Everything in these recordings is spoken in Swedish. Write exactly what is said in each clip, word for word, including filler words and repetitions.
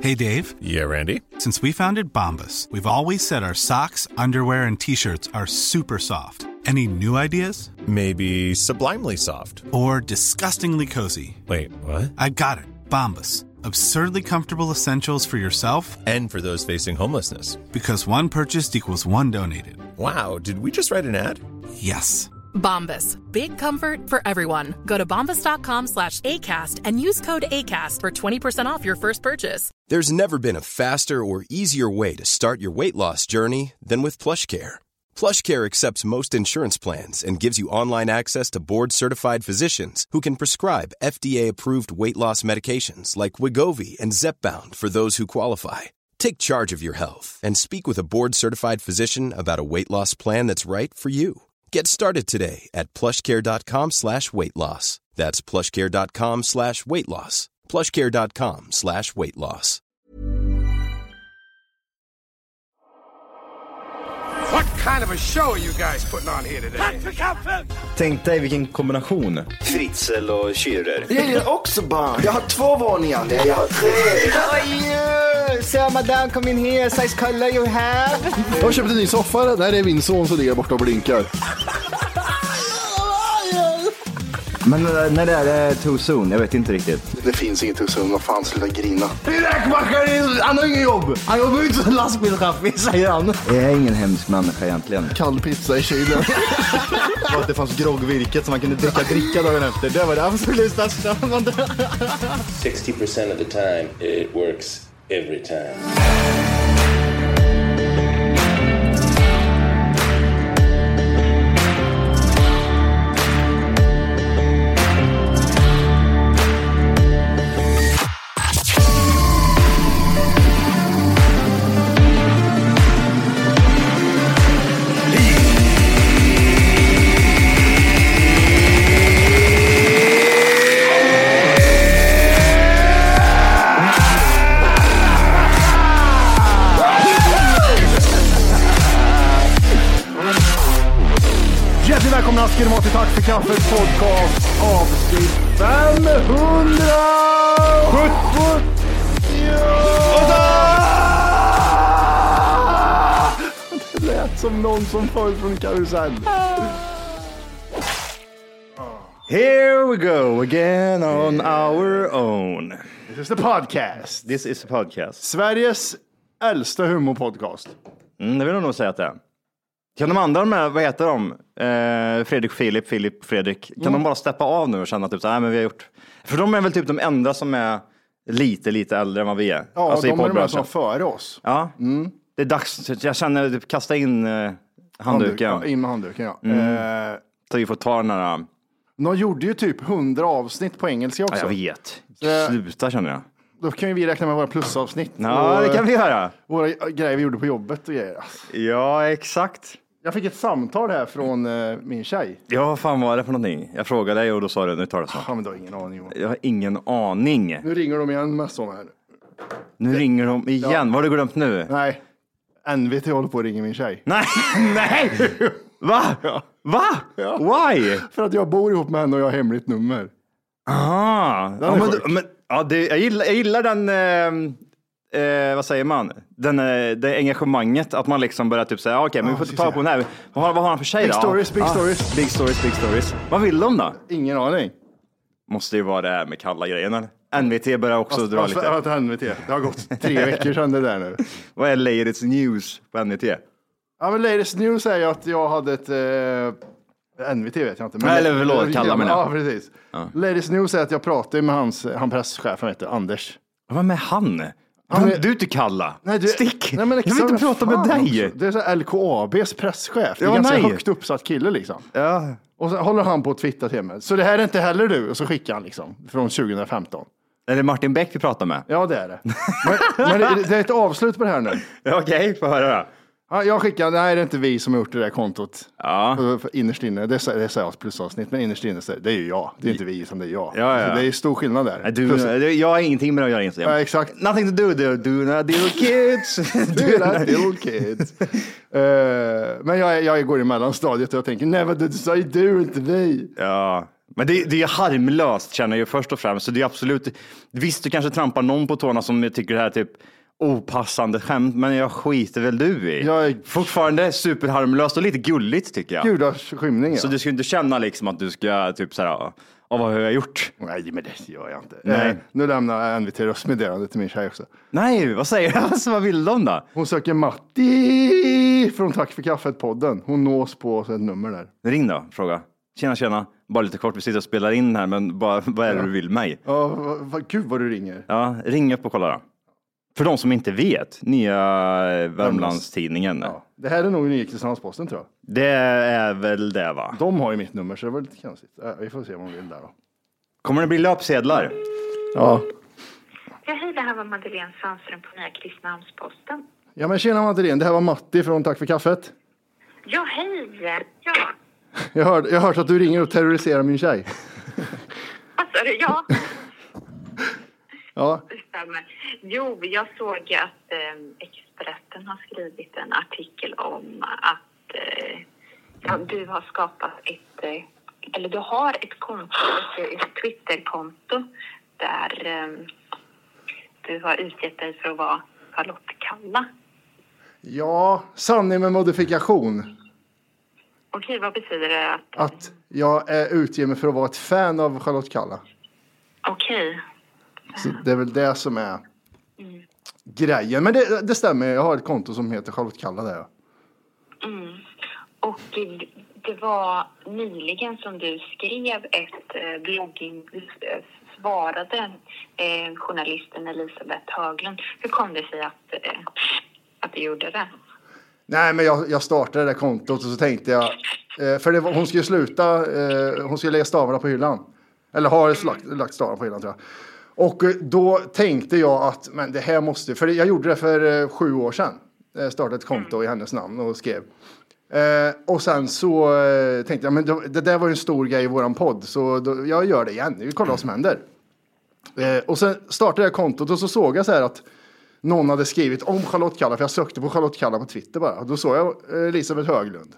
Hey, Dave. Yeah, Randy. Since we founded Bombas, we've always said our socks, underwear, and T-shirts are super soft. Any new ideas? Maybe sublimely soft. Or disgustingly cozy. Wait, what? I got it. Bombas. Absurdly comfortable essentials for yourself and for those facing homelessness. Because one purchased equals one donated. Wow, did we just write an ad? Yes. Bombas. Big comfort for everyone. Go to bombas.com slash ACAST and use code ACAST for twenty percent off your first purchase. There's never been a faster or easier way to start your weight loss journey than with PlushCare. PlushCare accepts most insurance plans and gives you online access to board-certified physicians who can prescribe F D A-approved weight loss medications like Wegovy and Zepbound for those who qualify. Take charge of your health and speak with a board-certified physician about a weight loss plan that's right for you. Get started today at plushcare.com slash weight loss. That's plushcare.com slash weight loss. plushcare.com slash weight loss. What kind of a show are you guys putting on here today? Tänk dig vilken kombination. Fritzl och Schürrer. Jag gillar också barn. Jag har två våningar. Jag har tre. Oj, so madame, come in here. Size color you have. Jag har köpt en ny soffa. Där är min son som ligger borta och blinkar. Men när det är too soon, jag vet inte riktigt. Det finns inget too soon, vad fan, sluta grina. Räkmackare, han har ingen jobb. Han jobbar inte som lastbilschaffis, säger han. Jag är ingen hemsk människa egentligen. Kall pizza i kylen. Och att det fanns groggvirket som man kunde dricka dricka dagen efter. Det var det absolut största. sixty percent of the time it works every time. Välkomna ska du vara till Tack för kaffet podcast avsnitt femhundrasjuttio. Det lät som någon som föll från karusell. Here we go again on our own. This is the podcast. This is a podcast. Sveriges äldsta humorpodcast. Mm, det vill jag nog säga att det är. Kan de andra med, vad heter de? Eh, Fredrik, Filip, Filip, Fredrik. Kan mm. de bara steppa av nu och känna typ så här, men vi har gjort. För de är väl typ de enda som är lite, lite äldre än vad vi är. Ja, alltså de är de som före oss. Ja, mm. Det är dags. Jag känner, typ, kasta in eh, handduken. Handduk, ja, in med handduken, ja. Mm. Eh, så vi får ta den här. De gjorde ju typ hundra avsnitt på engelska också. Ja, jag vet. Så, sluta känner jag. Då kan ju vi räkna med våra plusavsnitt. Ja, det kan vi göra. Våra grejer vi gjorde på jobbet och grejer. Ja, exakt. Jag fick ett samtal här från uh, min tjej. Ja, vad fan var det för någonting? Jag frågade dig och då sa du, nu tar det så. Ja, men du har ingen aning. Om. Jag har ingen aning. Nu ringer de igen med sådana här. Nu det... ringer de igen. Ja. Vad har du glömt nu? Nej, N V T håller på att ringa min tjej. Nej, nej! Va? Ja. Va? Ja. Why? För att jag bor ihop med henne och jag har hemligt nummer. Ah, ja, men, men, ja, det, jag, gillar, jag gillar den... Eh, Eh, vad säger man? Den, det engagemanget att man liksom börjar typ säga okej, okay, men vi får ta på den här. Vad har, vad har han för tjej big då? Stories, big ah, stories. Big stories, big stories. Vad vill de då? Ingen aning. Måste ju vara det här med kalla grejen eller? N V T börjar också Fast, dra fast, lite. Ja, N V T. Det har gått tre veckor sedan det där nu. Vad är latest news på N V T? Ja, men latest news är ju att jag hade ett eh, N V T vet jag inte. Men eller förlåt, kalla mig det. Ja, precis. Ja. Latest news är att jag pratade med hans, han presschefen heter Anders. Vad med han? Han är... Du är inte kalla. Nej, du... Stick. Nej, men jag vill inte prata med dig. Också. Det är så L K A B:s presschef. Det är ja, ganska nej. högt uppsatt kille liksom. Ja. Och så håller han på att twittra till mig. Så det här är inte heller du. Och så skickar han liksom från tjugo femton. Är det Martin Beck vi pratar med? Ja, det är det. men, men det, det är ett avslut på det här nu. Okej, okay, får höra då. Ja, jag skickar, nej det är inte vi som har gjort det där kontot. Ja. För, för innerst inne, det är, det är plusavsnitt, men innerst inne det är ju jag. Det är inte vi som det är jag. Ja, ja. Så det är stor skillnad där. Du, Plus, jag har ingenting med att göra Instagram. Ja, exakt. Nothing to do, do, do not deal kids. do not deal kids. uh, men jag, jag går i mellanstadiet och jag tänker, never did say du, inte vi. Ja, Men det, det är harmlöst känner jag först och främst. Så det är absolut, visst du kanske trampar någon på tårna som tycker det här är typ opassande skämt, men jag skiter väl du i. Jag är... Fortfarande superharmlöst och lite gulligt tycker jag. Gudars skymning, ja. Så du ska inte känna liksom att du ska typ såhär, ja, vad har jag gjort? Nej, men det gör jag inte. Nej. Eh, nu lämnar jag N V T röstmeddelande till min tjej också. Nej, vad säger du? Alltså, vad vill de då? Hon söker Matti från Tack för kaffet-podden. Hon nås på ett nummer där. Ring då, fråga. Tjena, tjena. Bara lite kort, vi sitter och spelar in här, men bara, vad är det ja. du vill mig? Ja, vad, vad, gud vad du ringer. Ja, ring upp och kolla då. För de som inte vet, nya Värmlandstidningen. Ja. Det här är nog ny Kristianstadsposten tror jag. Det är väl det va? De har ju mitt nummer så det var lite konstigt. Äh, vi får se om hon vill där då. Kommer det bli löpsedlar? Ja. Ja, hej, det här var Madeleine Sandström på nya Kristianstadsposten. Ja men tjena Madeleine, det här var Matti från Tack för kaffet. Ja, hej. Ja. Jag hörde, jag hörde att du ringer och terroriserar min tjej. Alltså, ja. Ja. Jo, jag såg att eh, Expressen har skrivit en artikel om att eh, ja, du har skapat ett, eh, eller du har ett konto, ett Twitterkonto där eh, du har utgett dig för att vara Charlotte Kalla. Ja, sanning med modifikation. Okej, vad betyder det? Att, att jag är utger mig för att vara ett fan av Charlotte Kalla. Okej. Så det är väl det som är mm. grejen. Men det, det stämmer, jag har ett konto som heter Charlotte Kalla där. Mm. Och det, det var nyligen som du skrev ett eh, blogging, svarade eh, journalisten Elisabeth Höglund. Hur kom det sig att, eh, att du gjorde det? Nej, men jag, jag startade det där kontot och så tänkte jag, eh, för det var, hon skulle sluta, eh, hon skulle lägga stavarna på hyllan. Eller har lagt, lagt stavarna på hyllan tror jag. Och då tänkte jag att men det här måste, för jag gjorde det för eh, sju år sedan. Jag startade ett konto i hennes namn och skrev. Eh, och sen så eh, tänkte jag, men det, det där var ju en stor grej i våran podd. Så då, jag gör det igen, vi kollar vad som händer. Eh, och sen startade jag kontot och så såg jag så här att någon hade skrivit om Charlotte Kalla. För jag sökte på Charlotte Kalla på Twitter bara. Då såg jag eh, Elisabeth Höglund.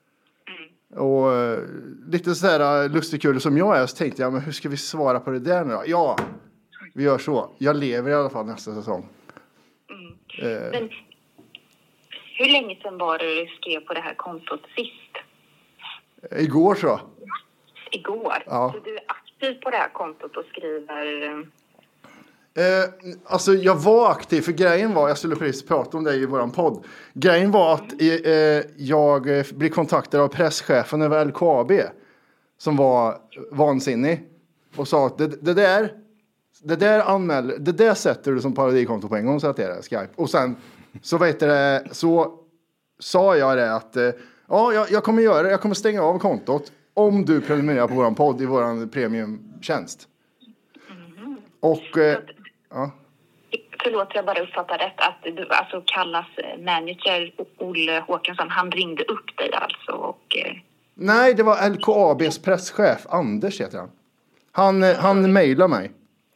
Och eh, lite så här lustig kul som jag är så tänkte jag, men hur ska vi svara på det där nu då? Ja, vi gör så. Jag lever i alla fall nästa säsong. Mm. Eh. Men hur länge sedan var det du skrev på det här kontot sist? Igår så. Igår? Ja. Så du är aktiv på det här kontot och skriver... Eh, alltså jag var aktiv, för grejen var, jag skulle precis prata om det i våran podd. Grejen var att eh, jag blev kontaktad av presschefen över L K A B som var vansinnig och sa att det, det där det där anmäler, det där sätter du som parodikonto på en gång, så att det är Skype. Och sen så vet det, så sa jag det att eh, ja, jag, jag kommer göra det, jag kommer stänga av kontot om du prenumererar på våran podd i våran premiumtjänst. Mm. Och eh, ja. Förlåt, jag bara uppfattar rätt att du, alltså Kallas manager Olle Håkansson, han ringde upp dig alltså och... Eh... Nej, det var L K A B:s presschef, Anders heter han. Han, eh, han mejlade mig.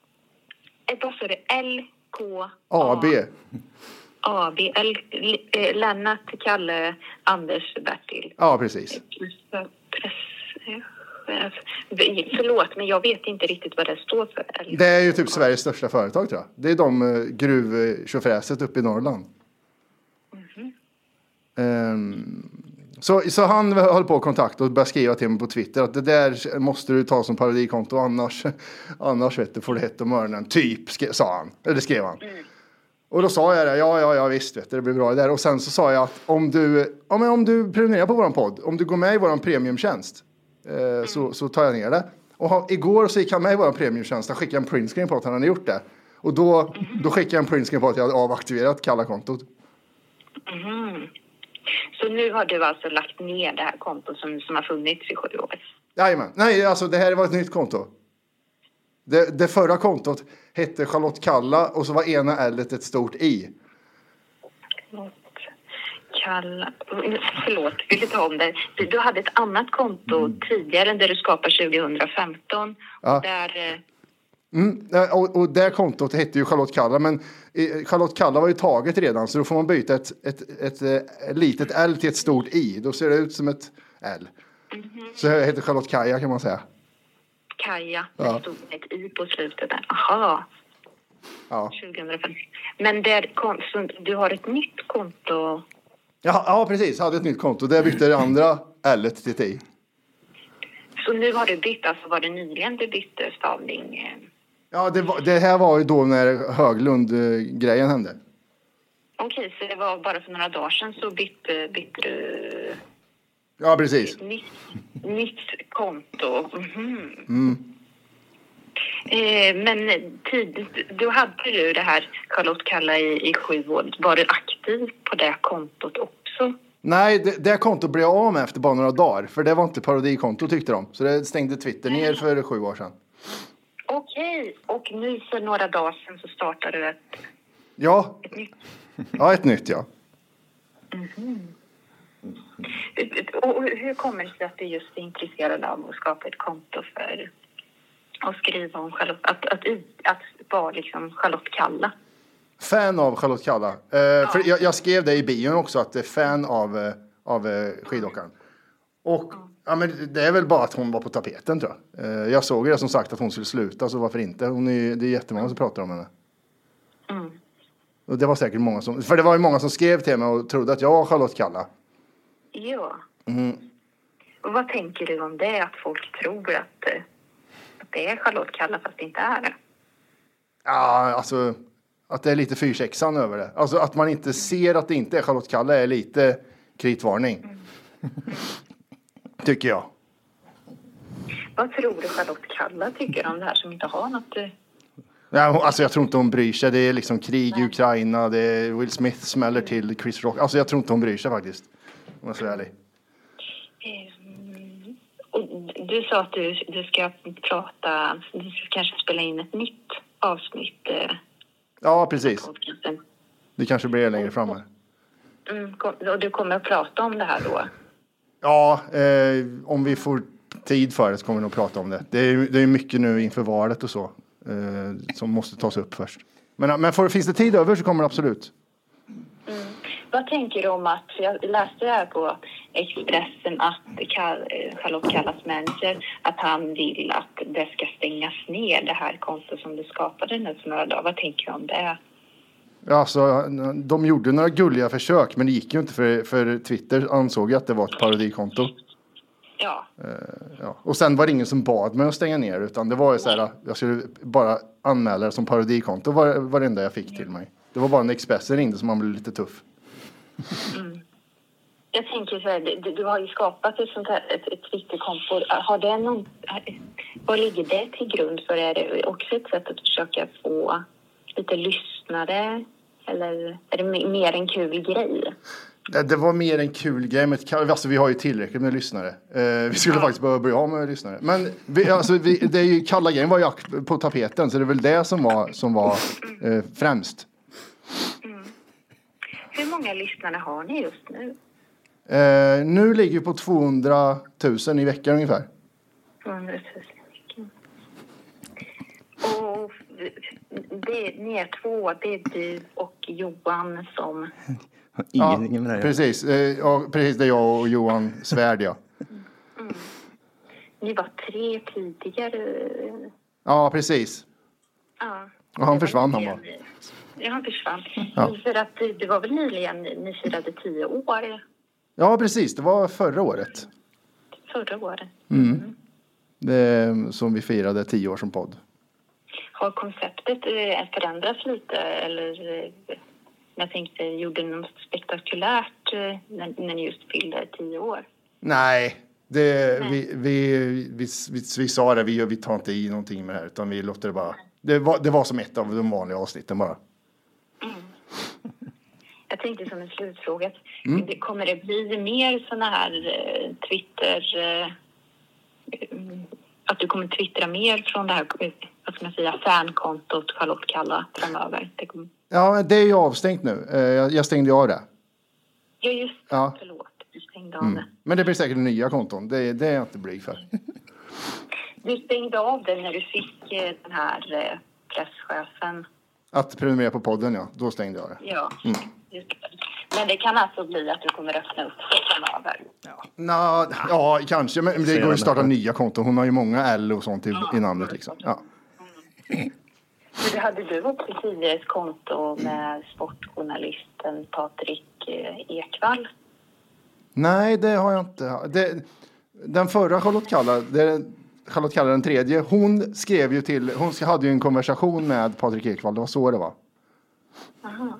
Vad sa det? L K A B. A B. L, eh, Lennart, Kalle, Anders, Bertil. Ja, precis. Presschef. Förlåt, men jag vet inte riktigt vad det står för. Eller? Det är ju typ Sveriges största företag tror jag. Det är de uh, gruvtjofräset uppe i Norrland. Mm-hmm. Um, så, så han höll på kontakt och började skriva till mig på Twitter att det där måste du ta som parodikonto, annars, annars vet du, får du hett om öronen. Typ, skrev, sa han. Eller skrev han. Mm. Och då sa jag det, ja, ja, ja visst vet du, det blir bra det där. Och sen så sa jag att om du, ja, men om du prenumererar på våran podd, om du går med i våran premiumtjänst, Mm. Så, så tar jag ner det. Och han, igår så gick han med i vår premiumtjänst. Han skickade en printscreen på att han hade gjort det. Och då, mm. då skickade jag en printscreen på att jag hade avaktiverat kalla kontot. Mm. Så nu har du alltså lagt ner det här kontot som, som har funnits i sju år? Jajamän. Nej, alltså det här var ett nytt konto. Det, det förra kontot hette Charlotte Kalla och så var ena L-et ett stort I. Kalla, förlåt, vill du ta om det? Du hade ett annat konto mm. tidigare där du skapade tjugohundrafemton. Ja. Och där... Mm, och, och det kontot hette ju Charlotte Kalla, men Charlotte Kalla var ju taget redan, så då får man byta ett, ett, ett, ett, ett litet L till ett stort I. Då ser det ut som ett L. Mm-hmm. Så det heter Charlotte Kaja kan man säga. Kaja. Ja. Det stod ett i på slutet där. Aha. Ja. tjugohundrafem. Men där kom, så du har ett nytt konto? Ja, ja, precis. Jag hade ett nytt konto. Där bytte det andra L till ett I. Så nu har du bytt, alltså var det nyligen du bytte stavning? Ja, det, var, det här var ju då när Höglund-grejen hände. Okej, så det var bara för några dagar sedan så bytte, bytte du... Ja, precis. Ett nytt, nytt konto. Mhm. Mm. Eh, men tidigt, då hade du det här Charlotte Kalla i, i sju år. Var du aktiv på det kontot också? Nej, det, det kontot blev jag av med efter bara några dagar. För det var inte parodikonto tyckte de. Så det stängde Twitter ner för sju år sedan. Okej, och nu för några dagar sedan så startade du ett, Ja. ett nytt. Ja, ett nytt, ja. Mm-hmm. Och hur kommer det sig att du just är intresserad av att skapa ett konto för att skriva om Charlotte, att, att, att, att vara liksom Charlotte Kalla? Fan av Charlotte Kalla. Eh, ja. För jag, jag skrev det i bion också att det är fan av, eh, av eh, skidåkaren. Och ja. Ja, men det är väl bara att hon var på tapeten tror jag. Eh, jag såg det som sagt att hon skulle sluta, så varför inte? Hon är, det är jättemånga som pratar om henne. Mm. Och det var säkert många som, för det var ju många som skrev till mig och trodde att jag var Charlotte Kalla. Ja. Mm. Och vad tänker du om det, att folk tror att, att det är Charlotte Kalla fast det inte är det? Ja, alltså att det är lite fyrsexan över det. Alltså att man inte ser att det inte är Charlotte Kalla är lite kritvarning. Mm. Tycker jag. Vad tror du Charlotte Kalla tycker om det här som inte har något? Ja, alltså jag tror inte hon bryr sig. Det är liksom krig i Ukraina. Det är Will Smith smäller till Chris Rock. Alltså jag tror inte hon bryr sig faktiskt. Om jag är så ärlig. Mm. Och du sa att du, du ska prata, du ska kanske spela in ett nytt avsnitt. Eh, ja, precis. Det kanske blir längre fram här. Mm, och du kommer att prata om det här då? Ja, eh, om vi får tid för det så kommer vi nog prata om det. Det är, det är mycket nu inför valet och så. Eh, som måste tas upp först. Men, men får, finns det tid över så kommer det absolut. Mm. Vad tänker du om att, jag läste det här på Expressen att Charlotte Kallas manager, att han vill att det ska stängas ner, det här kontot som du skapade nu för några dagar. Vad tänker du om det? Alltså, de gjorde några gulliga försök, men det gick ju inte för, för Twitter ansåg att det var ett parodikonto. Ja. Uh, ja. Och sen var det ingen som bad mig att stänga ner, utan det var ju så här, jag skulle bara anmäla det som parodikonto var, var det enda jag fick till mig. Det var bara en Expressen ringde som man blev lite tuff. Mm. Jag tänker så här, du, du har ju skapat ett sånt här ett, ett Twitterkonto. Har det någon, vad ligger det till grund för? Är det också ett sätt att försöka få lite lyssnare? Eller är det mer en kul grej? Det, det var mer en kul grej. Med ett, alltså, vi har ju tillräckligt med lyssnare. Eh, vi skulle ja. faktiskt behöva börja ha med lyssnare. Men vi, alltså, vi, det är ju, kalla grejen var ju på tapeten. Så det är väl det som var, som var eh, främst. Mm. Hur många lyssnare har ni just nu? Eh, nu ligger vi på tvåhundratusen i veckan ungefär. tvåhundratusen i veckan. Och det, ni är två, det är du och Johan som... Ja, precis. Eh, ja, precis, det är jag och Johan Svärd, ja. Mm. Ni var tre tidigare. Ja, precis. Ja. Och han försvann han var. Ja, han försvann. Ja. För att det, det var väl nyligen ni firade tio år? Ja, precis. Det var förra året. Förra året. Mm. Mm. Det som vi firade tio år som podd. Har konceptet förändrats lite? Eller jag tänkte, gjorde något spektakulärt när, när ni just fyllde tio år? Nej, det, Nej. Vi, vi, vi, vi, vi sa det. Vi, vi tar inte i någonting med det här. Utan vi låter det bara... Det var, det var som ett av de vanliga avsnitten bara. Mm. Jag tänkte som en slutfråga. Mm. Kommer det bli mer såna här uh, Twitter... Uh, att du kommer twittra mer från det här, vad ska man säga, fankontot Charlotte Kalla framöver? Det kommer... Ja, det är ju avstängt nu. Uh, jag, jag stängde av det. Ja, just det. Ja. Förlåt. Du stängde av mm. det. Men det blir säkert nya konton. Det, det är jag inte blyg för. Du stängde av det när du fick uh, den här uh, presschefen. Att prenumerera på podden, ja. Då stängde jag det. Ja, mm. just det. Men det kan alltså bli att du kommer öppna upp sig framöver. Ja, Nå, ja kanske. Men det går ju att starta nya konton. Hon har ju många L och sånt i, i namnet. Liksom. Ja. Mm. Men hade du också tidigare ett konto med sportjournalisten Patrik Ekwall? Nej, det har jag inte. Det, den förra Charlotte Kalla, det, Charlotte Kalla den tredje, hon skrev ju till, hon hade ju en konversation med Patrik Ekwall. Det var så det var. Aha.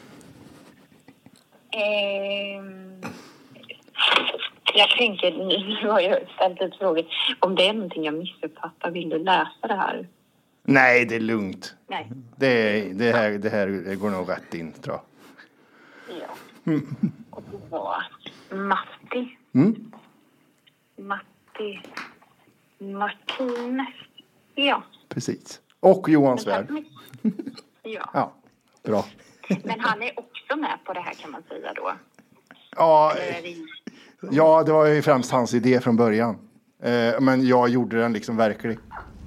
Ehm, jag tänker, nu har jag ställt ett fråga. Om det är någonting jag missuppfattar, vill du läsa det här? Nej, det är lugnt. Nej. Det, det, här, det här går nog rätt in, tror jag. Ja. Och det var Matti. Mm. Matti Martinez. Ja. Precis. Och Johan Svärd. Ja. Ja, bra. Men han är också med på det här, kan man säga då. Ja, ja, det var ju främst hans idé från början. Eh, men jag gjorde den liksom verklig.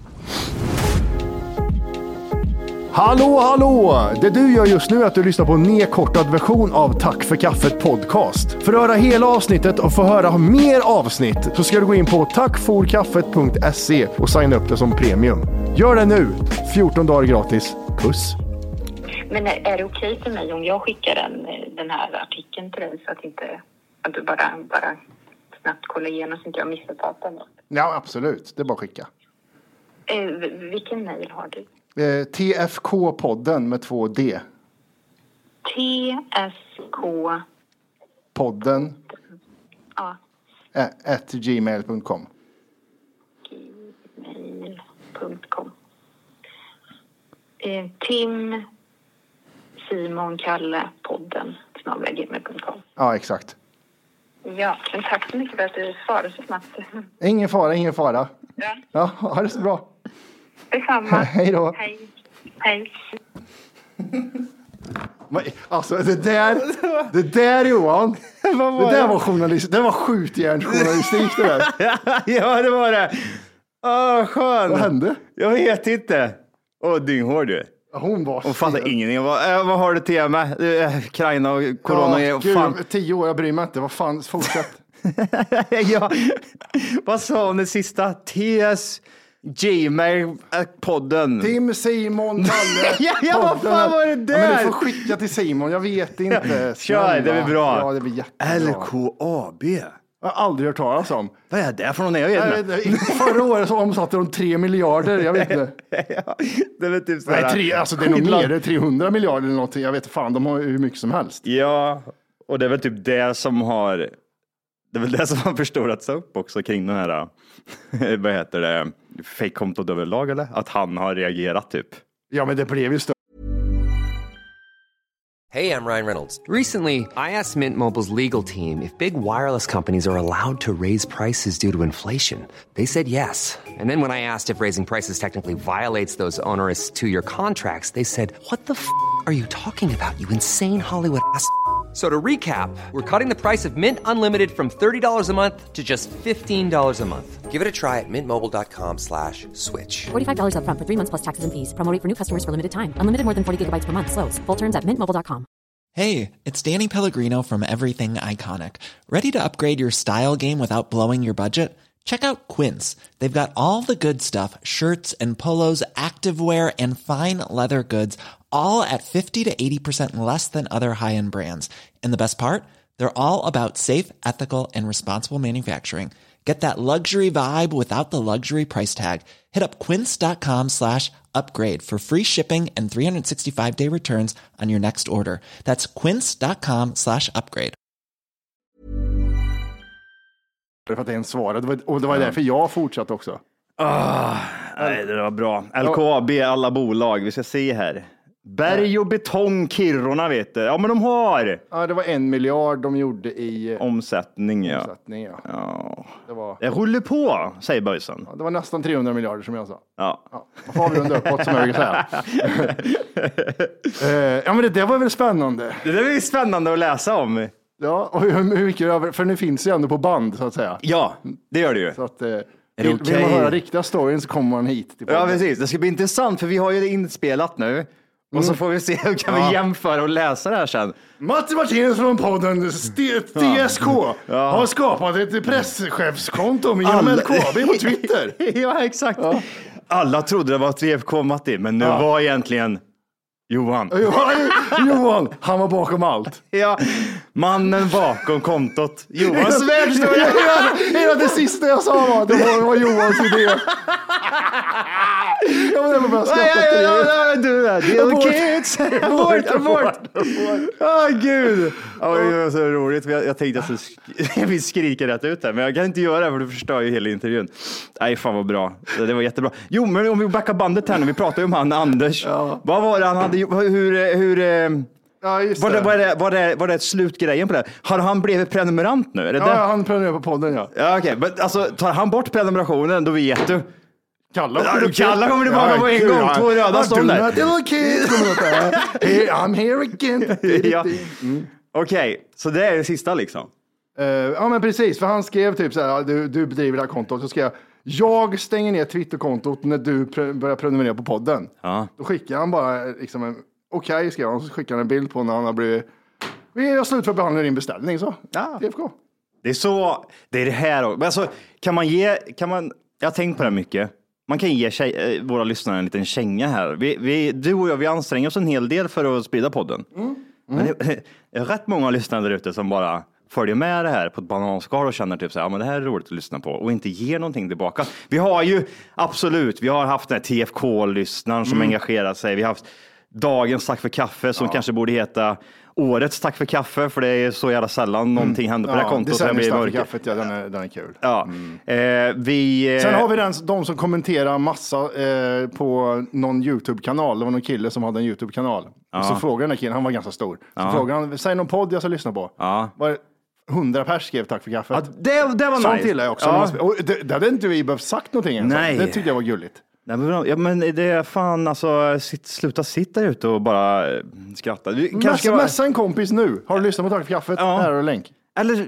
Hallå, hallå! Det du gör just nu är att du lyssnar på en nedkortad version av Tack för kaffet podcast. För att höra hela avsnittet och få höra mer avsnitt så ska du gå in på tack for kaffet punkt se och signa upp det som premium. Gör det nu! fjorton dagar gratis. Puss! Men är, är det okej för mig om jag skickar den, den här artikeln till dig så att, inte, att du bara, bara snabbt kollar igenom så att inte jag missuppfattar något? Ja, absolut. Det är bara att skicka. Eh, vilken mejl har du? Eh, T F K-podden med två D. T S K Podden. Ja. At gmail punkt com. Gmail punkt com. Eh, Tim Simon Kalle podden snabel-a gmail punkt com. Ja, exakt. Ja, men tack så mycket för att du svarade så snabbt. Ingen fara, ingen fara. Ja. Ja, ha det så bra. Detsamma. Hej då. Hej. Hej. Alltså det där, det där Johan, det där var journalist, det var skjutjärnsjournalistik det där. Ja, det var det. Åh, skön. Vad hände? Jag vet inte. Åh, dynghård du. Hon var Hon fattar ingenting. Vad, äh, vad har du till med? Äh, Ukraina och corona. Ja, gud, fan. tio år, jag bryr mig inte. Vad fan, fortsätt. Ja, vad sa hon det sista? T S Gmail-podden. Tim, Simon, Kalle. ja, ja, vad fan var det där? Ja, men du får skicka till Simon, jag vet inte. Kör, det blir bra. Ja, det blir jättebra. L K A B. Jag har aldrig hört talas om. Vad är det för någon? Jag vet inte. Förra året så omsatte de tre miljarder, jag vet inte. Ja, det är typ sådär. Nej, tre, alltså det är nog mer, trehundra miljarder eller någonting. Jag vet fan, de har hur mycket som helst. Ja, och det är väl typ det som har, det är väl det som har förstorats upp också kring den här, vad heter det, fake-kontot överlag eller? Att han har reagerat typ. Ja, men det blev ju större. Hey, I'm Ryan Reynolds. Recently, I asked Mint Mobile's legal team if big wireless companies are allowed to raise prices due to inflation. They said yes. And then when I asked if raising prices technically violates those onerous two-year contracts, they said, what the f*** are you talking about, you insane Hollywood ass f- So to recap, we're cutting the price of Mint Unlimited from thirty dollars a month to just fifteen dollars a month. Give it a try at mintmobile.com slash switch. forty-five dollars up front for three months plus taxes and fees. Promo rate for new customers for limited time. Unlimited more than forty gigabytes per month. Slows full terms at mint mobile dot com. Hey, it's Danny Pellegrino from Everything Iconic. Ready to upgrade your style game without blowing your budget? Check out Quince. They've got all the good stuff, shirts and polos, activewear, and fine leather goods, all at fifty to eighty percent less than other high-end brands. And the best part? They're all about safe, ethical, and responsible manufacturing. Get that luxury vibe without the luxury price tag. Hit up quince.com slash upgrade for free shipping and three sixty-five day returns on your next order. That's quince.com slash upgrade. För att det är en svarade, och det var därför jag fortsatte också. Oh, nej, det var bra. L K A B, alla bolag. Vi ska se här. Berg och betong, Kiruna vet du. Ja, men de har. Ja, det var en miljard de gjorde i omsättning. Ja. Omsättning, ja. Ja. Det var... Jag ruller på, säger Böjsen. Ja, det var nästan trehundra miljarder som jag sa. Ja. Ja, man får avrunda uppåt som jag brukar säga. uh, ja, men det, det var väl spännande. Det där var ju spännande att läsa om. Ja, och hur, hur mycket, för nu finns det ju ändå på band så att säga. Ja, det gör det ju. Så att, uh, vill, vill man höra riktiga storyn så kommer man hit. Till ja, precis. Det ska bli intressant för vi har ju det inspelat nu. Och så får vi se hur kan vi Ja. jämföra och läsa det här sen. Matti Martinez från podden T S K Ja. har skapat ett presschefskonto med genom Alla- L K A B på Twitter. Ja, exakt. Alla trodde det var tre F K Matti, men nu Ja. var egentligen Johan. Johan, Johan, han var bakom allt. Ja, mannen bakom kontot. Johans världsstory. Hela det sista jag sa var det var, det var Johans idé. Jag var bara skratta till det. Du är Deal Kids. Abort, abort. Åh gud. Ja, det var så roligt. Jag, jag tänkte att jag skulle- vi skriker rätt ut här, men jag kan inte göra det för du förstör ju hela intervjun. Nej, fan vad bra. Det det var jättebra. Jo, men om vi backar bandet här nu. Vi pratade ju om han Anders. Vad var det han hade gjort? Hur... hur eh, Ja, just var, det, det. var, det, var, det, var det ett slutgrejen på det? Har han blivit prenumerant nu? Är det Ja, det? han prenumererar på podden, ja. Ja, okej. Men alltså, tar han bort prenumerationen, då vet du. Kalla, Ja, Kalla kommer tillbaka på en gång. Två röda stånd där. I'm here again. Ja. Okej, så det är det sista liksom. Uh, ja, men precis. För han skrev typ så här, du, du bedriver det här kontot. Så skrev jag, jag stänger ner Twitterkontot när du pre- börjar prenumerera på podden. Ja. Då skickar han bara liksom en, okej, okay, skrev han. Och så skickar han en bild på när han har blivit, vi har slut för att behandla din beställning. Så, ja. T F K. Det är så, det är det här också. Men alltså, kan man ge, kan man, jag har tänkt på det här mycket. Man kan ge tjej, äh, våra lyssnare en liten känga här. Vi, vi, du och jag, vi anstränger oss en hel del för att sprida podden. Mm. Mm. Men det, det är rätt många lyssnare där ute som bara följer med det här på ett bananskal och känner typ så här, ja, men det här är roligt att lyssna på och inte ger någonting tillbaka. Vi har ju, absolut, vi har haft den här T F K-lyssnaren som Mm. engagerar sig. Vi har haft dagens tack för kaffe som Ja. kanske borde heta årets tack för kaffe, för det är så jävla sällan någonting händer på det här kontot. Så jag blir tack för mörker. kaffet, ja, den är, den är kul. Ja. Eh, vi, eh, Sen har vi den, de som kommenterar massa eh, på någon YouTube-kanal. Det var någon kille som hade en YouTube-kanal. Ja. Och så frågade den här killen, han var ganska stor. Så Ja. frågade han, säg någon podd jag ska lyssna på. Ja. Var det hundra pers skrev tack för kaffet. Ja, det, det var Sånt nice. gillar jag också. Ja. Och det, det hade inte vi behövt sagt någonting ens. Nej. Det tyckte jag var gulligt. Nej, men, ja, men det är fan alltså, sitt, sluta sitta där ute och bara eh, skratta. Du, kanske Mässa, ska vara- mässa en kompis nu. Har du lyssnat på tack för kaffet? Ja. Här har du länk. Eller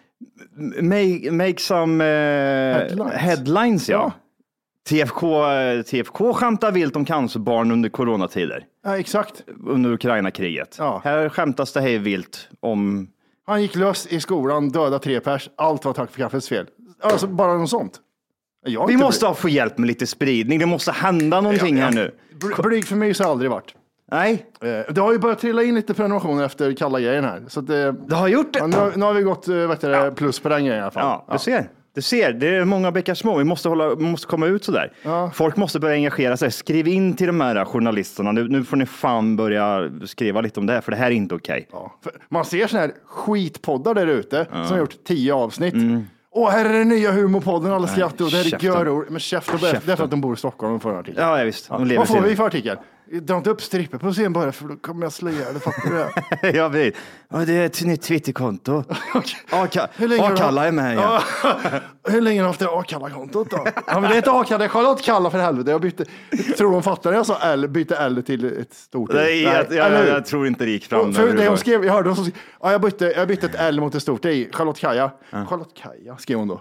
make, make some eh, Headlines. headlines, ja. Ja. T F K, T F K skämtar vilt om cancerbarn under coronatider. Ja, exakt. Under Ukraina-kriget. Ja. Här skämtas det hej vilt om... Han gick lös i skolan, döda tre pers. Allt var tack för kaffets fel. Alltså bara något sånt. Jag har Vi inte måste ha, få hjälp med lite spridning. Det måste hända någonting Ja, här ja. nu. Bl- Blyg för mig så har aldrig varit. Nej. Eh, Det har ju börjat trilla in lite prenumerationer efter kalla grejen här. Så att det, Det har gjort det. ja, nu, har- nu har vi gått eh, vet du, det, plus på den grejen i alla fall. Ja, du ser. Du ser, det är många bäckar små. Vi måste, hålla, vi måste komma ut sådär. Ja. Folk måste börja engagera sig. Skriv in till de här journalisterna. Nu, nu får ni fan börja skriva lite om det här, för det här är inte okej. Ja. För man ser såna här skitpoddar där ute som har gjort tio avsnitt. Mm. Åh, här är den nya humorpodden, alla skrattar och det här är käften. göror. Men käften, det är Käften. för att de bor i Stockholm och får en artikel. Ja, ja visst. De lever Vad får sin- vi för artikel? Dra inte upp strippor på scen bara för då kommer jag slå ihjäl det, fattar du det? Jag vet. Ja, det är ett nytt Twitterkonto. Aka- Hur länge har du- Akalla är med. Ja. Ja. Hur länge har du haft det Akalla-kontot då? Ja, men det är inte Akalla, det är Charlotte Kalla för helvete. Jag bytte, jag tror hon fattar när jag sa L, bytte L till ett stort L. Nej, jag, jag, eller jag, hur? jag tror inte det gick fram. Och för det hon överhuvudtaget. skrev, jag hörde hon som skrev, ja, jag, bytte, jag bytte ett L mot ett stort I. Charlotte Kaja. Charlotte Kaja skrev hon då.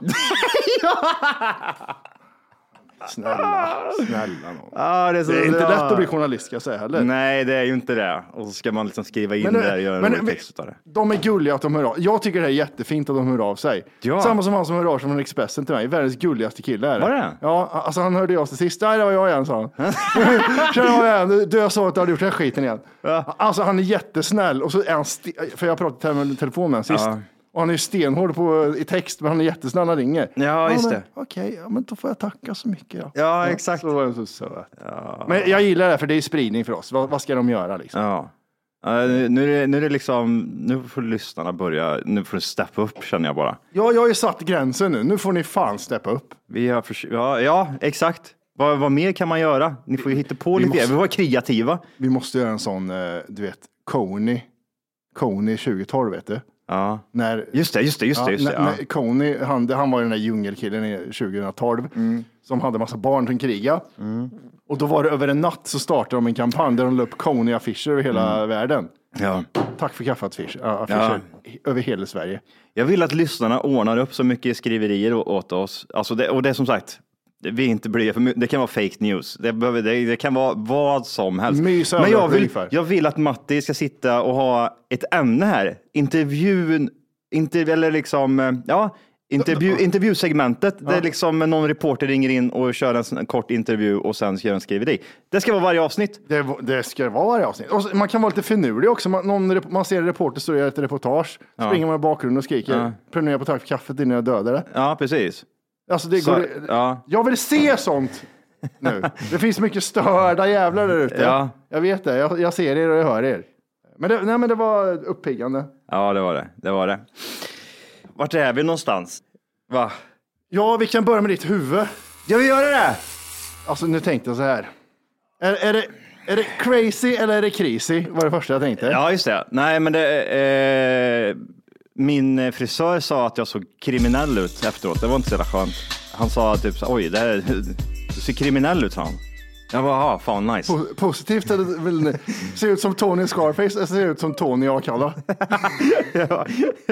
Snälla, snälla någon. Ja, det är, så Det är inte bra. lätt att bli journalist, ska jag säga heller. Nej, det är ju inte det. Och så ska man liksom skriva in Men, där och göra en men, rolig text av det. de är gulliga att de hör av. Jag tycker det är jättefint att de hör av sig. Ja. Samma som han som hör av sig från Expressen till mig. Världens gulligaste kille är det. Var det? Ja, alltså han hörde av sig sist. Nej, det var jag igen, sa han. Känner jag igen. Du, du, jag sa att du hade gjort den här skiten igen. Ja. Alltså han är jättesnäll. Och så är han, st- för jag pratade med telefon med honom sist. Ja. Och han är ju stenhård på, i text, men han är jättesnäll när han ringer. Ja, just men, det. Okej, ja, men då får jag tacka så mycket. Ja, Ja, exakt. Så var det så söt. Men jag gillar det, för det är spridning för oss. Vad, vad ska de göra liksom? Ja. Ja, nu, nu, är det, nu är det liksom, nu får lyssnarna börja, nu får det steppa upp känner jag bara. Ja, jag har ju satt gränsen nu. Nu får ni fan steppa upp. Vi har förs- ja, ja, exakt. Vad, vad mer kan man göra? Ni får ju hitta på Vi lite. måste- Vi får vara kreativa. Vi måste göra en sån, eh, du vet, Coney. Coney tjugo tolv, vet du. Ja. När, Just det, just det, just det. Just det när, ja. när Coney, han, han var ju den där djungelkillen i tjugo tolv Mm. som hade massa barn som krigade. Och då var det över en natt så startade de en kampanj där de la upp Coney-affischer över hela Mm. världen. Ja. Tack för kaffeaffischer ja, affischer över hela Sverige. Jag vill att lyssnarna ordnar upp så mycket skriverier å- åt oss. Alltså det, och det är som sagt, vi inte blir för det kan vara fake news. Det, behöver, det, det kan vara vad som helst. Mysa Men jag vill, ungefär. jag vill att Matti ska sitta och ha ett ämne här. Intervjun, intervju, eller liksom, ja, intervju, intervjusegmentet. Ja. Där liksom någon reporter ringer in och kör en, en kort intervju och sen ska göra en skriveri. Det ska vara varje avsnitt. Det, det ska vara varje avsnitt. Och man kan vara lite finurlig också. Man, någon, man ser en reporter stå och gör ett reportage. Ja. Springer man i bakgrunden och skriker. Ja. Prenumerera på tack för kaffet innan jag dödar det. Ja, precis. Alltså det Så, går, ja. Jag vill se sånt nu. Det finns mycket störda jävlar där ute. Ja. Jag vet det. Jag, jag ser er och jag hör er. Men det, nej, men det var uppiggande. Ja, det var det. Det var det. Vart är vi någonstans? Va? Ja, vi kan börja med ditt huvud. Ja, vi gör det. Alltså, nu tänkte jag så här. Är, är, det, är det crazy eller är det crazy? Var det första jag tänkte. Ja, just det. Nej, men det... Eh, min frisör sa att jag såg kriminell ut efteråt. Det var inte så jävla skönt. Han sa typ så, oj, det här, du ser kriminell ut, sa han. Jag bara, ja, fan nice. Po- positivt eller vill ni se ut som Tony Scarface eller se ut som Tony Akalla? Ja.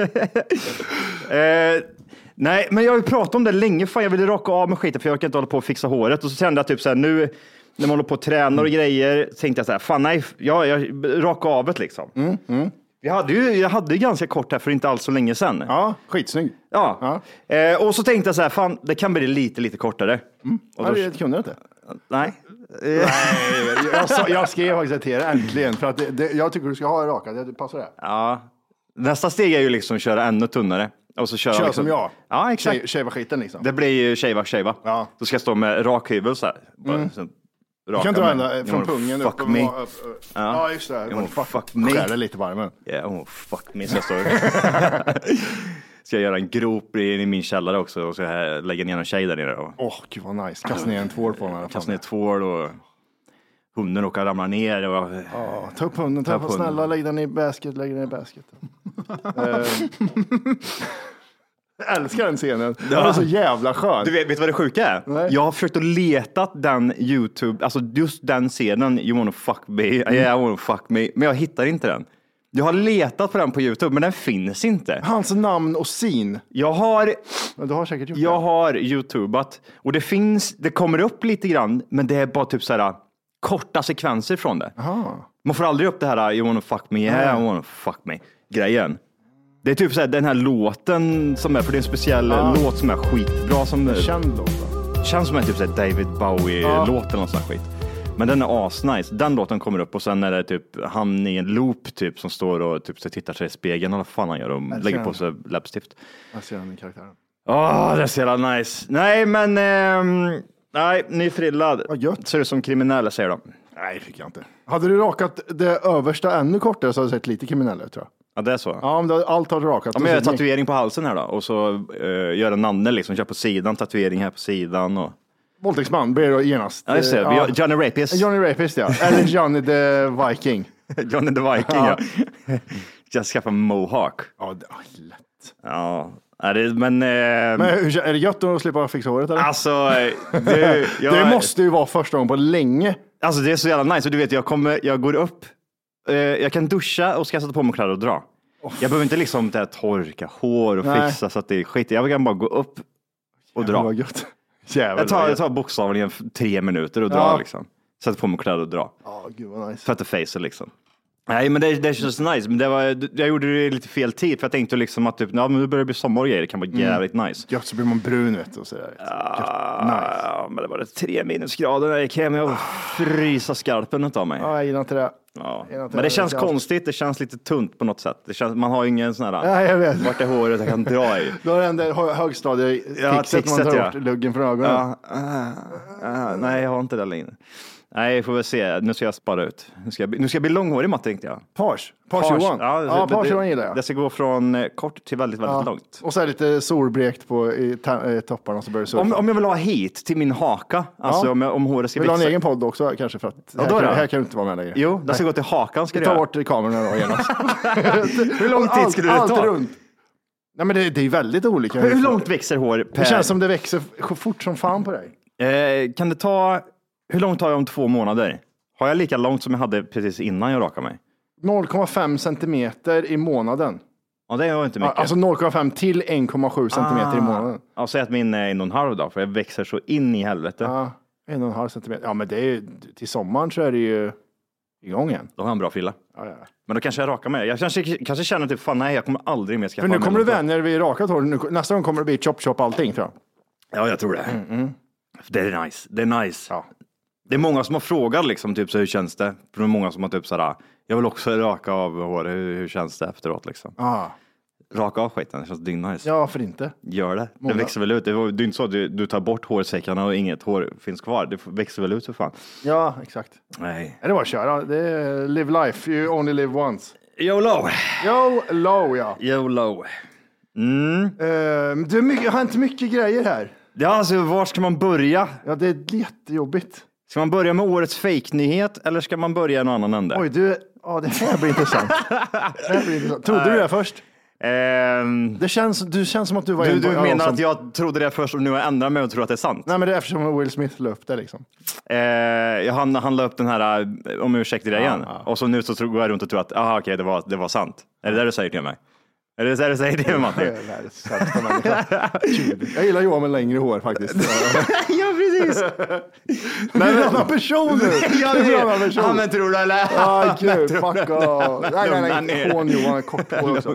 eh, nej, men jag har ju pratat om det länge. Fan, jag ville raka av med skiten för jag kan inte hålla på och fixa håret. Och så kände jag typ så här, nu när man håller på och tränar och grejer, tänkte jag så här, fan nej, ja, jag raka av det liksom. Mm, mm. Jag hade ju jag hade ju ganska kort här för inte alls så länge sedan. Ja, skitsnygg. Ja. ja. Eh, och så tänkte jag så här, fan, det kan bli lite, lite kortare. Mm. Och då... då... Det kunde jag inte. Nej. Nej, jag, sa, jag skrev faktiskt till er äntligen för att det, det, jag tycker du ska ha det raka, det passar det. Ja. Nästa steg är ju liksom att köra ännu tunnare. Och så köra Kör liksom... som jag. Ja, exakt. Shava skiten liksom. Det blir ju shava, shava. Ja. Då ska jag stå med rak hyvel så här. Mm. Så, du kan dra ända från pungen fuck upp. Me. Och, upp, upp. Ja. ja, just det. Oh, fuck, fuck me. me. Skär det lite på armen. Yeah, oh, fuck me. Så jag står... Ska jag göra en grop i min källare också och så här, lägga ner en tjej där nere. Åh, oh, gud vad nice. Kasta ner en tvål på den. Kasta ner tvål och hunden råkar ramla ner. Och... Oh, ta upp hunden, ta, ta upp hunden. Snälla, lägg den i basket, lägg den i basket. Jag älskar den scenen. Ja. Den är så jävla skön. Du vet, vet du vad det sjuka är? Nej. Jag har försökt att leta den YouTube, alltså just den scenen, you wanna fuck me, mm. yeah, I wanna fuck me, men jag hittar inte den. Jag har letat på den på YouTube, men den finns inte. Hans namn och sin. Jag har, men du har säkert gjort jag det. har YouTubat och det finns, det kommer upp lite grann, men det är bara typ så här korta sekvenser från det. Aha. Man får aldrig upp det här, you wanna fuck me, yeah, I wanna fuck me, grejen. Det är typ så här, den här låten som är, för det är en speciell ah. låt som är skitbra. Som känd låt då? Känns som en typ så här David Bowie-låt ah. eller något sånt skit. Men den är asnice. Den låten kommer upp och sen är det typ han i en loop typ som står och typ så tittar sig i spegeln. Vad fan han gör och lägger på sig läppstift. Jag ser den i karaktären. Åh, oh, det är så jävla nice. Nej, men eh, nej, nyfrillad. Vad gött. Ser du som kriminell, säger de. Nej, det fick jag inte. Hade du rakat det översta ännu kortare så hade du sett lite kriminell ut, tror jag. Ja, det är så. Ja, om allt har rakat. Ja, men jag har tatuering på halsen här då. Och så uh, gör en Nanne liksom. Kör på sidan, tatuering här på sidan. Och... Våldtäktsman blir då genast. Ja, just det. Ja. Johnny Rapist. Johnny Rapist, ja. Eller Johnny the Viking. Johnny the Viking, ja. ja. Jag skaffar mohawk. Ja, det är lätt. Ja. Är det, men, eh... men är det gött att slippa fixa håret, eller? Alltså, det, jag... det måste ju vara första gången på länge. Alltså, det är så jävla nice. Och du vet, jag, kommer, jag går upp. Jag kan duscha och ska sätta på mig kläder och dra. Oh. Jag behöver inte liksom där torka hår och Nej. fixa så att det är skit. Jag kan bara gå upp och Jävlar, dra. Vad gött. Jävlar, jag, tar, jag tar bokstavligen tre minuter och drar ja. liksom. Sätter på mig kläder och dra. Ja, oh, gud vad nice. Tvätta face liksom. Nej, men det, det känns nice. Men det var, jag gjorde det lite fel tid för jag tänkte liksom att typ, ja, men nu börjar det bli sommar och grejer. Det kan vara jävligt mm. nice. Gött, så blir man brun vet du. Och sådär. Ja, nice. Men det var det tre minusgrader när jag gick hem. Jag frysa skarpen utav mig. Ja, jag gillar inte det. Ja. Men det, det känns konstigt, det känns lite tunt på något sätt. Det känns, man har ju ingen sån här, ja, jag vet. vart är håret jag kan dra i. Då är det ändå högstadiefixet ja, man tar bort ja. luggen från ögonen. Ja. Uh, uh, nej, jag har inte det längre. Nej, får vi se. Nu ska jag spara ut. Nu ska jag, nu ska jag bli långhårig, Matt, tänkte jag. Page? Page Johan? Ja, ja det, Page Johan gillar jag. Det ska gå från kort till väldigt, väldigt ja. långt. Och så är lite solblekt på i, ta, i topparna så börjar det surfa. Om, om jag vill ha hit till min haka, alltså ja. om, om håret ska vill växa. Vill ha en egen podd också kanske för att ja, här, då kan, då? här kan du inte vara med längre. Jo, det ska gå till hakan. Ska vi tar bort kamerorna då genast. Hur lång tid skulle det ta? Allt runt. Nej, men det, det är väldigt olika. Hur långt växer hår per? Det känns som det växer fort som fan på dig. Eh, kan det ta, hur långt tar jag om två månader? Har jag lika långt som jag hade precis innan jag rakade mig? noll komma fem centimeter i månaden. Ja, det är inte mycket. Alltså noll komma fem till en komma sju centimeter ah. i månaden. Ja, säg att min är en och en halv då, för jag växer så in i helvete. Ja, en och en halv centimeter. Ja, men det är ju, till sommaren så är det ju igång igen. Då har jag en bra frilla. Ja, ja. Men då kanske jag rakar mig. Jag kanske, kanske känner typ, fan nej, jag kommer aldrig mer skaffa. För nu kommer du vänner vid rakat hår. Nästa gång kommer det bli chop chop allting, tror jag. Ja, jag tror det. Mm, mm. Det är nice. Det är nice. Ja. Det är många som har frågat liksom, typ så hur känns det? För det är många som har typ såhär, jag vill också raka av hår. Hur, hur känns det efteråt liksom? Ah. Raka av skiten, det känns dyngnice. Ja, för inte. Gör det. Många. Det växer väl ut. Det är inte så att du, du tar bort hårsäckarna och inget hår finns kvar. Det växer väl ut för fan. Ja, exakt. Nej. Det var att köra. Det är live life. You only live once. YOLO. YOLO, ja. YOLO. Mm. Uh, det är mycket, har inte mycket grejer här. Ja, alltså var ska man börja? Ja, det är jättejobbigt. Ska man börja med årets fake-nyhet eller ska man börja i någon annan ände? Oj, du, ja, det här blir intressant. Det här blir intressant. Trodde du det först? Um, det känns, du känns som att du var Du, en du på, menar som... att jag trodde det först och nu har jag ändrat mig och tror att det är sant? Nej, men det är eftersom Will Smith la upp det liksom. Uh, han, han la upp den här, om ursäkter det igen. Ja, ja. Och så nu så tror, går jag runt och tror att, aha, okej, okay, det, var, det var sant. Är det det du säger till mig? Är det det du säger till mig, Matti? Jag gillar Johan med längre hår faktiskt. Ja, precis. Men en annan person nu. Ja, det är en annan person. Ja, men tror du eller? Ja, gud, fuck off. Nej, nej, nej, hån Johan är kort hår också.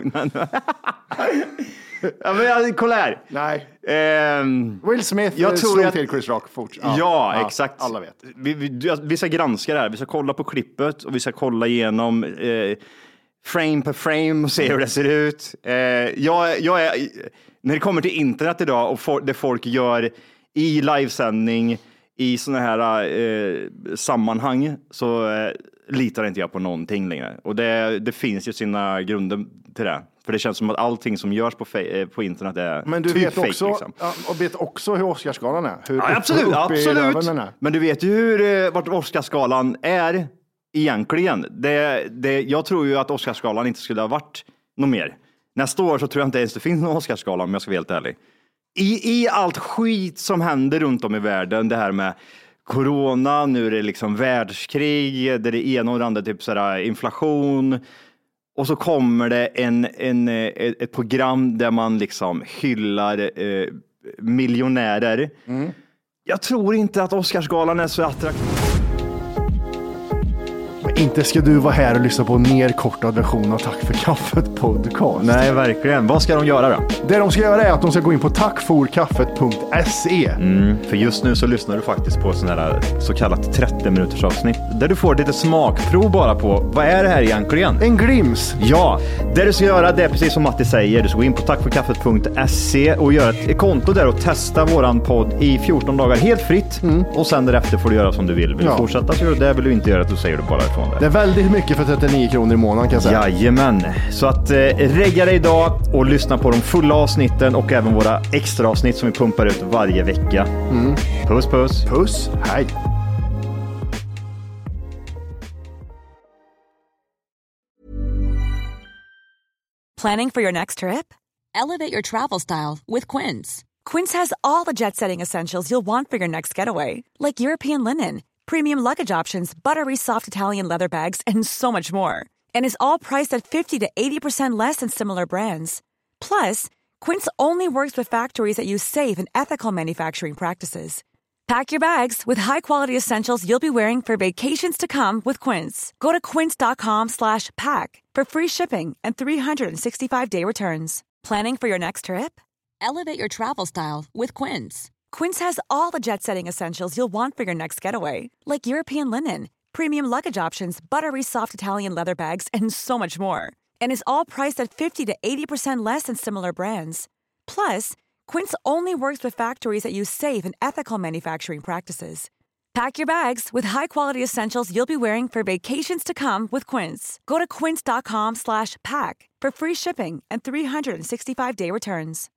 Ja, men jag, kolla här. Nej. Um, Will Smith jag tror slog att... till Chris Rock fort. Ja, ja, ja, exakt. Alla vet. Vi, vi, vi ska granska det här. Vi ska kolla på klippet och vi ska kolla igenom eh, frame per frame och se hur det ser ut. Eh, jag, jag är, när det kommer till internet idag och for, det folk gör i livesändning i såna här eh, sammanhang så eh, litar inte jag på någonting längre. Och det, det finns ju sina grunder till det. För det känns som att allting som görs på, fe- på internet är men du typ vet fake. Också, liksom. ja, och vet också hur Oscarsgalan är. Hur ja, absolut, upp, absolut. Men du vet ju hur, vart Oscarsgalan är egentligen. Det, det, jag tror ju att Oscarsgalan inte skulle ha varit något mer. Nästa år så tror jag inte ens det finns någon Oscarsgala, om jag ska vara helt ärlig. I, I allt skit som händer runt om i världen, det här med corona, nu är det liksom världskrig, det är det ena och det andra, typ sådär inflation. Och så kommer det en, en, ett program där man liksom hyllar eh, miljonärer. Mm. Jag tror inte att Oscarsgalan är så attraktiv. Inte ska du vara här och lyssna på en nerkortad version av Tack för kaffet podcast. Nej, verkligen. Vad ska de göra då? Det de ska göra är att de ska gå in på tackforkaffet punkt se. Mm, för just nu så lyssnar du faktiskt på sån här så kallat trettio minuters avsnitt. Där du får lite smakprov bara på vad är det här egentligen? En glims. Ja, det du ska göra det är precis som Matti säger. Du ska gå in på tackforkaffet punkt se och göra ett konto där och testa våran podd i fjorton dagar helt fritt. Mm. Och sen därefter får du göra som du vill. Vill ja. du fortsätta så gör du det. Vill du inte göra det så säger du bara ifrån. Det är väldigt mycket för trettionio kronor i månaden kan jag säga. Jajamän. Så att eh, regga dig idag och lyssna på de fulla avsnitten och även våra extra avsnitt som vi pumpar ut varje vecka. Mm. Puss, puss. Puss. Hej. Planning for your next trip? Elevate your travel style with Quince. Quince has all the jet-setting essentials you'll want for your next getaway, like European linen, premium luggage options, buttery soft Italian leather bags, and so much more. And is all priced at fifty to eighty percent less than similar brands. Plus, Quince only works with factories that use safe and ethical manufacturing practices. Pack your bags with high-quality essentials you'll be wearing for vacations to come with Quince. Go to quince.com slash pack for free shipping and three sixty-five day returns. Planning for your next trip? Elevate your travel style with Quince. Quince has all the jet-setting essentials you'll want for your next getaway, like European linen, premium luggage options, buttery soft Italian leather bags, and so much more. And is all priced at fifty to eighty percent less than similar brands. Plus, Quince only works with factories that use safe and ethical manufacturing practices. Pack your bags with high-quality essentials you'll be wearing for vacations to come with Quince. Go to quince.com slash pack for free shipping and three sixty-five day returns.